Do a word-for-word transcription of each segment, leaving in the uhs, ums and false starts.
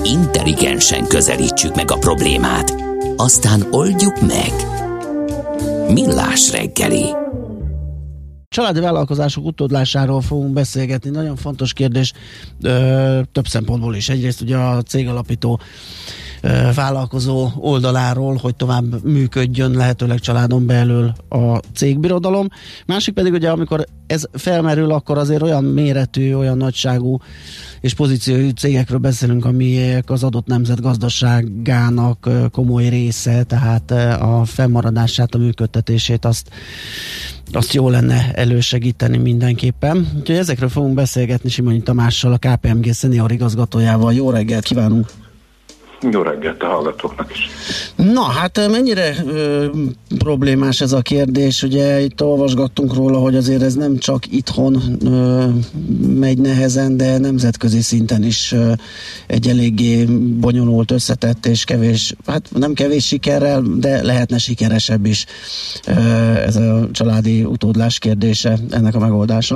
Intelligensen közelítsük meg a problémát, aztán oldjuk meg. Millás reggeli. Családi vállalkozások utódlásáról fogunk beszélgetni. Nagyon fontos kérdés ö, több szempontból is. Egyrészt ugye a cégalapító ö, vállalkozó oldaláról, hogy tovább működjön lehetőleg családon belül a cégbirodalom. Másik pedig ugye, amikor ez felmerül, akkor azért olyan méretű, olyan nagyságú és pozíciójú cégekről beszélünk, amilyek az adott nemzet gazdaságának komoly része, tehát a fennmaradását, a működtetését azt, azt jó lenne elősegíteni mindenképpen. Úgyhogy ezekről fogunk beszélgetni Simonyi Tamással, a ká pé em gé szenior igazgatójával. Jó reggelt kívánunk! Jó reggelt a hallgatóknak is. Na, hát mennyire ö, problémás ez a kérdés? Ugye itt olvasgattunk róla, hogy azért ez nem csak itthon ö, megy nehezen, de nemzetközi szinten is ö, egy eléggé bonyolult, összetett és kevés, hát nem kevés sikerrel, de lehetne sikeresebb is ö, ez a családi utódlás kérdése, ennek a megoldása.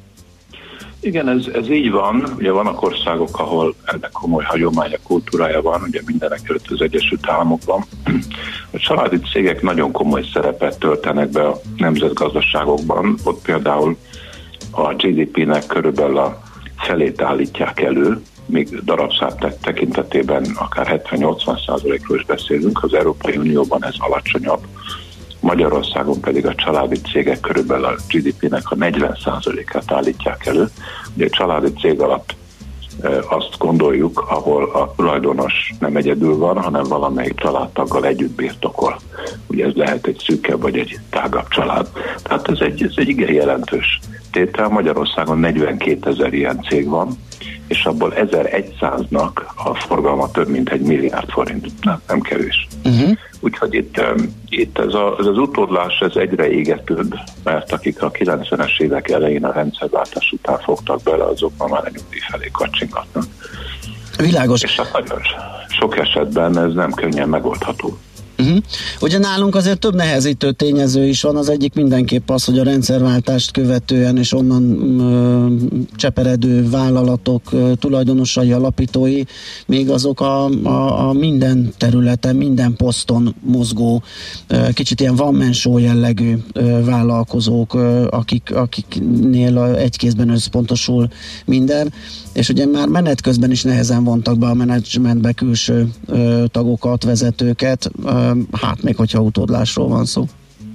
Igen, ez, ez így van. Ugye vannak országok, ahol ennek komoly hagyománya, kultúrája van, ugye mindenek előtt az Egyesült Államokban. A családi cégek nagyon komoly szerepet töltenek be a nemzetgazdaságokban. Ott például a gé dé pének körülbelül a felét állítják elő, még darabszám tekintetében akár hetven-nyolcvan százalékról is beszélünk, az Európai Unióban ez alacsonyabb. Magyarországon pedig a családi cégek körülbelül a gé dé pének a negyven százalékát állítják elő. Ugye a családi cég alatt e, azt gondoljuk, ahol a tulajdonos nem egyedül van, hanem valamelyik családtaggal együtt birtokol. Ugye ez lehet egy szűkebb vagy egy tágabb család. Tehát ez egy, ez egy igen jelentős tétel. Magyarországon negyvenkétezer ilyen cég van, és abból ezerszáznak a forgalma több mint egy milliárd forint. Nem, nem kevés. Uh-huh. Úgyhogy itt, itt ez, a, ez az utódlás ez egyre égetőbb, mert akik a kilencvenes évek elején a rendszerváltás után fogtak bele, azok ma már a nyugdíj felé kacsingatnak. Világos. És hát nagyon sok esetben ez nem könnyen megoldható. Uh-huh. Ugye nálunk azért több nehezítő tényező is van, az egyik mindenképp az, hogy a rendszerváltást követően és onnan ö, cseperedő vállalatok ö, tulajdonosai, alapítói, még azok a, a, a minden területen, minden poszton mozgó, ö, kicsit ilyen one-man show jellegű ö, vállalkozók, ö, akik, akiknél egy kézben összpontosul minden, és ugye már menet közben is nehezen vontak be a menedzsmentbe külső ö, tagokat, vezetőket, ö, hát még hogyha utódlásról van szó.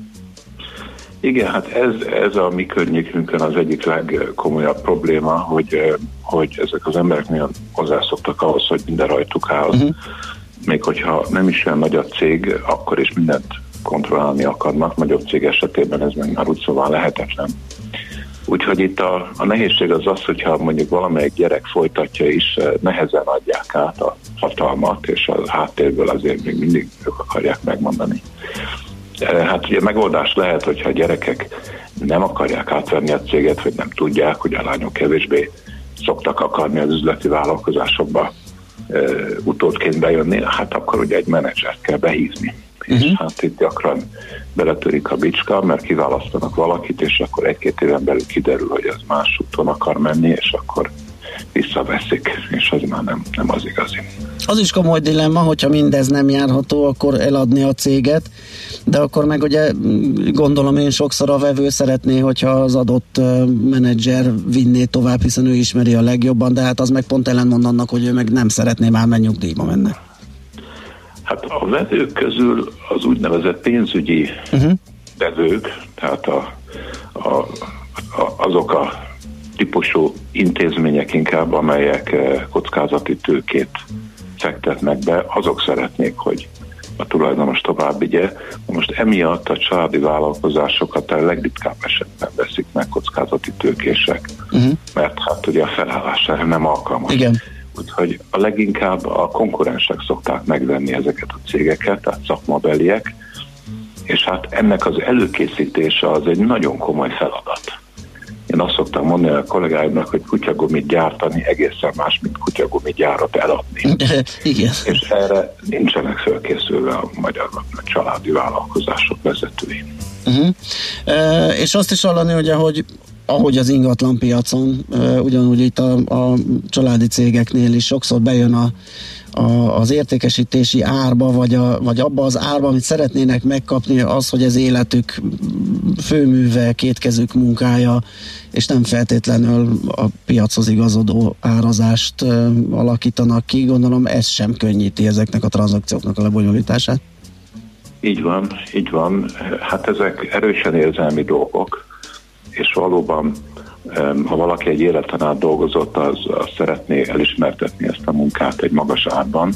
Igen, hát ez, ez a mi környékünkön az egyik legkomolyabb probléma, hogy, hogy ezek az emberek nagyon hozzászoktak ahhoz, hogy minden rajtuk áll. Uh-huh. Még hogyha nem is olyan nagy a cég, akkor is mindent kontrollálni akarnak. Nagyobb cég esetében ez meg már úgy szóval lehetetlen. Úgyhogy itt a, a nehézség az az, hogyha mondjuk valamelyik gyerek folytatja is, nehezen adják át a hatalmat, és a háttérből azért még mindig ők akarják megmondani. Hát ugye megoldás lehet, hogyha a gyerekek nem akarják átvenni a céget, vagy nem tudják, hogy a lányok kevésbé szoktak akarni az üzleti vállalkozásokba e, utódként bejönni, hát akkor ugye egy menedzsert kell behívni. Uh-huh. És hát itt gyakran beletörik a bicska, mert kiválasztanak valakit, és akkor egy-két éven belül kiderül, hogy az más úton akar menni, és akkor visszaveszik, és az már nem, nem az igazi. Az is komoly dilemma, hogyha mindez nem járható, akkor eladni a céget, de akkor meg ugye gondolom én sokszor a vevő szeretné, hogyha az adott menedzser vinné tovább, hiszen ő ismeri a legjobban, de hát az meg pont ellentmond annak, hogy ő meg nem szeretné már, mert nyugdíjba menne. Hát a vevők közül az úgynevezett pénzügyi uh-huh. vevők, tehát a, a, a, azok a típusú intézmények inkább, amelyek kockázati tőkét fektetnek be, azok szeretnék, hogy a tulajdonos tovább vigye. Most emiatt a családi vállalkozásokat a legritkább esetben veszik meg kockázati tőkések, uh-huh. mert hát ugye a felállására nem alkalmas. Igen. Úgyhogy a leginkább a konkurensek szokták megvenni ezeket a cégeket, tehát szakmabeliek, és hát ennek az előkészítése az egy nagyon komoly feladat. Én azt szoktam mondani a kollégáimnak, hogy kutyagumit gyártani egészen más, mint kutyagumit gyárat eladni. Igen. És erre nincsenek felkészülve a magyar a családi vállalkozások vezetői. Uh-huh. E, és azt is hallani, ugye, hogy ahogy az ingatlan piacon, ugyanúgy itt a, a családi cégeknél is sokszor bejön a, a, az értékesítési árba, vagy, a, vagy abba az árba, amit szeretnének megkapni, az, hogy ez életük főműve, kétkezük munkája, és nem feltétlenül a piachoz igazodó árazást uh, alakítanak ki. Gondolom ez sem könnyíti ezeknek a tranzakcióknak a lebonyolítását. Így van, így van. Hát ezek erősen érzelmi dolgok, és valóban, ha valaki egy életen át dolgozott, az, az szeretné elismertetni ezt a munkát egy magas árban.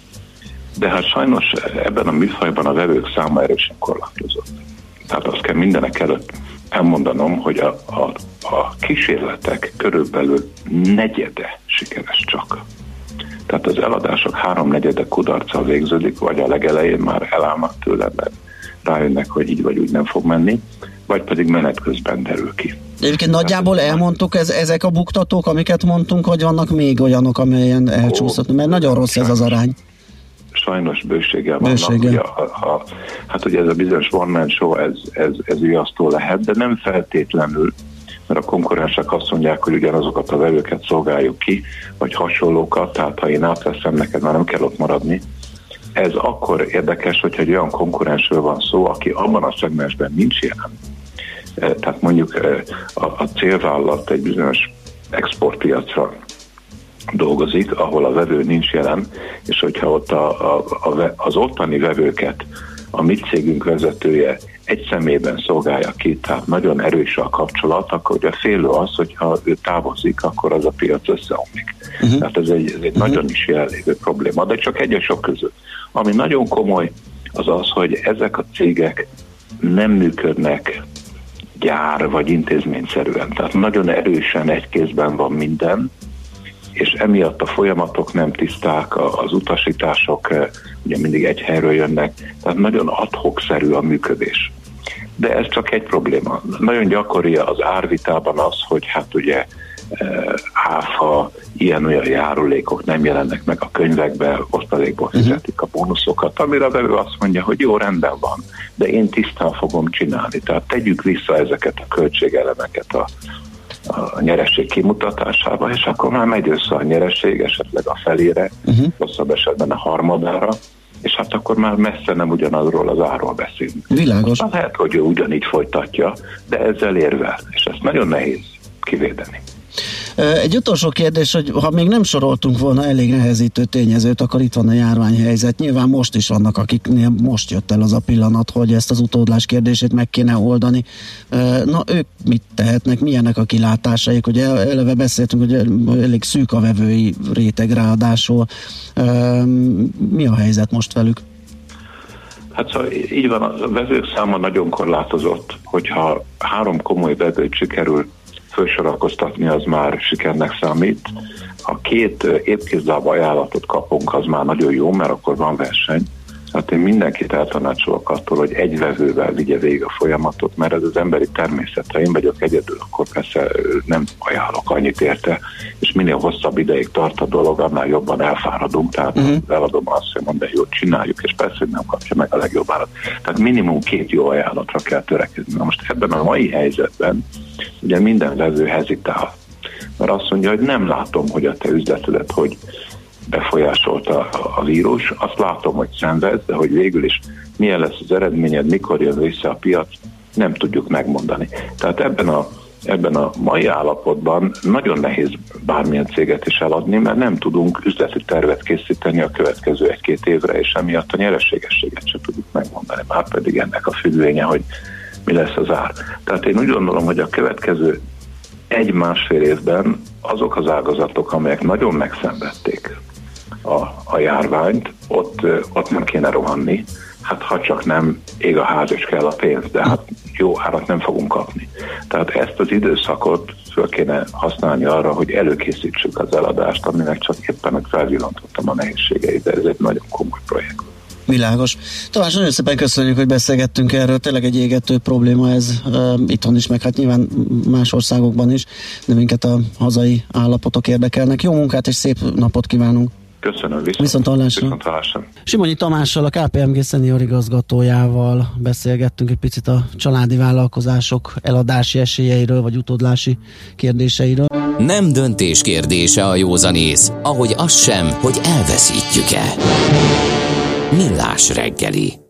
De hát sajnos ebben a műfajban a vevők száma erősen korlátozott. Tehát azt kell mindenek előtt elmondanom, hogy a, a, a kísérletek körülbelül negyede sikeres csak. Tehát az eladások háromnegyede kudarccal végződik, vagy a legelején már elállnak tőle, mert rájönnek, hogy így vagy úgy nem fog menni, vagy pedig menet közben derül ki. Egyébként nagyjából elmondtuk, ez, ezek a buktatók, amiket mondtunk, hogy vannak még olyanok, amelyen elcsúszhatnak, mert nagyon rossz ez az arány. Sajnos bőséggel vannak. Bőséggel. Ugye, ha, ha, hát ugye ez a bizonyos one-man show, ez, ez, ez riasztó lehet, de nem feltétlenül, mert a konkurensek azt mondják, hogy ugyanazokat a vevőket szolgáljuk ki, vagy hasonlókat, tehát ha én átveszem, neked már nem kell ott maradni. Ez akkor érdekes, hogyha egy olyan konkurensről van szó, aki abban a szegmensben nincs jelen. Tehát mondjuk a, a célvállalat egy bizonyos exportpiacra dolgozik, ahol a vevő nincs jelen, és hogyha ott a, a, a, az ottani vevőket a mi cégünk vezetője egy személyben szolgálja ki, tehát nagyon erős a kapcsolat, akkor ugye félő az, hogyha ő távozik, akkor az a piac összeomlik. Uh-huh. Tehát ez egy, ez egy uh-huh. nagyon is jelenlévő probléma, de csak egyesek között. Ami nagyon komoly, az az, hogy ezek a cégek nem működnek gyár vagy intézményszerűen. Tehát nagyon erősen egy kézben van minden, és emiatt a folyamatok nem tiszták, az utasítások ugye mindig egy helyről jönnek, tehát nagyon ad-hoc-szerű a működés. De ez csak egy probléma. Nagyon gyakori az árvitában az, hogy hát ugye áfa, ilyen-olyan járulékok nem jelennek meg a könyvekbe, osztalékból fizetik a bónuszokat, amire a vevő azt mondja, hogy jó, rendben van, de én tisztán fogom csinálni. Tehát tegyük vissza ezeket a költségelemeket a, a nyereség kimutatásába, és akkor már megy össze a nyereség, esetleg a felére, uh-huh. rosszabb esetben a harmadára, és hát akkor már messze nem ugyanazról az árról beszélünk. Világos. Aztán lehet, hogy ő ugyanígy folytatja, de ezzel érvel, és ezt nagyon nehéz kivédeni. Egy utolsó kérdés, hogy ha még nem soroltunk volna elég nehezítő tényezőt, akkor itt van a járványhelyzet. Nyilván most is vannak, akiknél most jött el az a pillanat, hogy ezt az utódlás kérdését meg kéne oldani. Na, ők mit tehetnek, milyenek a kilátásaik? Ugye eleve beszéltünk, hogy elég szűk a vevői réteg ráadásul. Mi a helyzet most velük? Hát szóval így van, a vevők száma nagyon korlátozott, hogyha három komoly vevőt sikerül felsorakoztatni, az már sikernek számít. Ha két épkézláb ajánlatot kapunk, az már nagyon jó, mert akkor van verseny. Hát én mindenkit eltanácsolok attól, hogy egy vevővel vigye végig a folyamatot, mert ez az emberi természet. Ha én vagyok egyedül, akkor persze nem ajánlok annyit érte, és minél hosszabb ideig tart a dolog, annál jobban elfáradunk, tehát uh-huh. eladom azt, hogy mondom, jó, csináljuk, és persze, hogy nem kapja meg a legjobb árat. Tehát minimum két jó ajánlatra kell törekedni. Na most ebben a mai helyzetben ugye minden vevő hezitál, mert azt mondja, hogy nem látom, hogy a te üzletedet hogy befolyásolta a vírus, azt látom, hogy szenved, de hogy végül is milyen lesz az eredményed, mikor jön vissza a piac, nem tudjuk megmondani. Tehát ebben a, ebben a mai állapotban nagyon nehéz bármilyen céget is eladni, mert nem tudunk üzleti tervet készíteni a következő egy-két évre, és emiatt a nyereségességet sem tudjuk megmondani. Már pedig ennek a függvénye, hogy mi lesz az ár. Tehát én úgy gondolom, hogy a következő egy-másfél évben azok az ágazatok, amelyek nagyon megszenvedték a, a járványt, ott, ott nem kéne rohanni, hát ha csak nem ég a ház és kell a pénz, de hát jó árat nem fogunk kapni. Tehát ezt az időszakot föl kéne használni arra, hogy előkészítsük az eladást, aminek csak éppen hogy felvillantottam a nehézségeit, de ez egy nagyon komoly projekt. Világos. Tamás, nagyon szépen köszönjük, hogy beszélgettünk erről. Tényleg egy égető probléma ez uh, itthon is, meg hát nyilván más országokban is, de minket a hazai állapotok érdekelnek. Jó munkát és szép napot kívánunk! Köszönöm, viszont, viszont hallásra. Viszont hallásra. Simonyi Tamással, a ká pé em gé szenior igazgatójával beszélgettünk egy picit a családi vállalkozások eladási esélyeiről, vagy utódlási kérdéseiről. Nem döntés kérdése a józanész, ahogy az sem, hogy elveszítjük-e. Millás reggeli.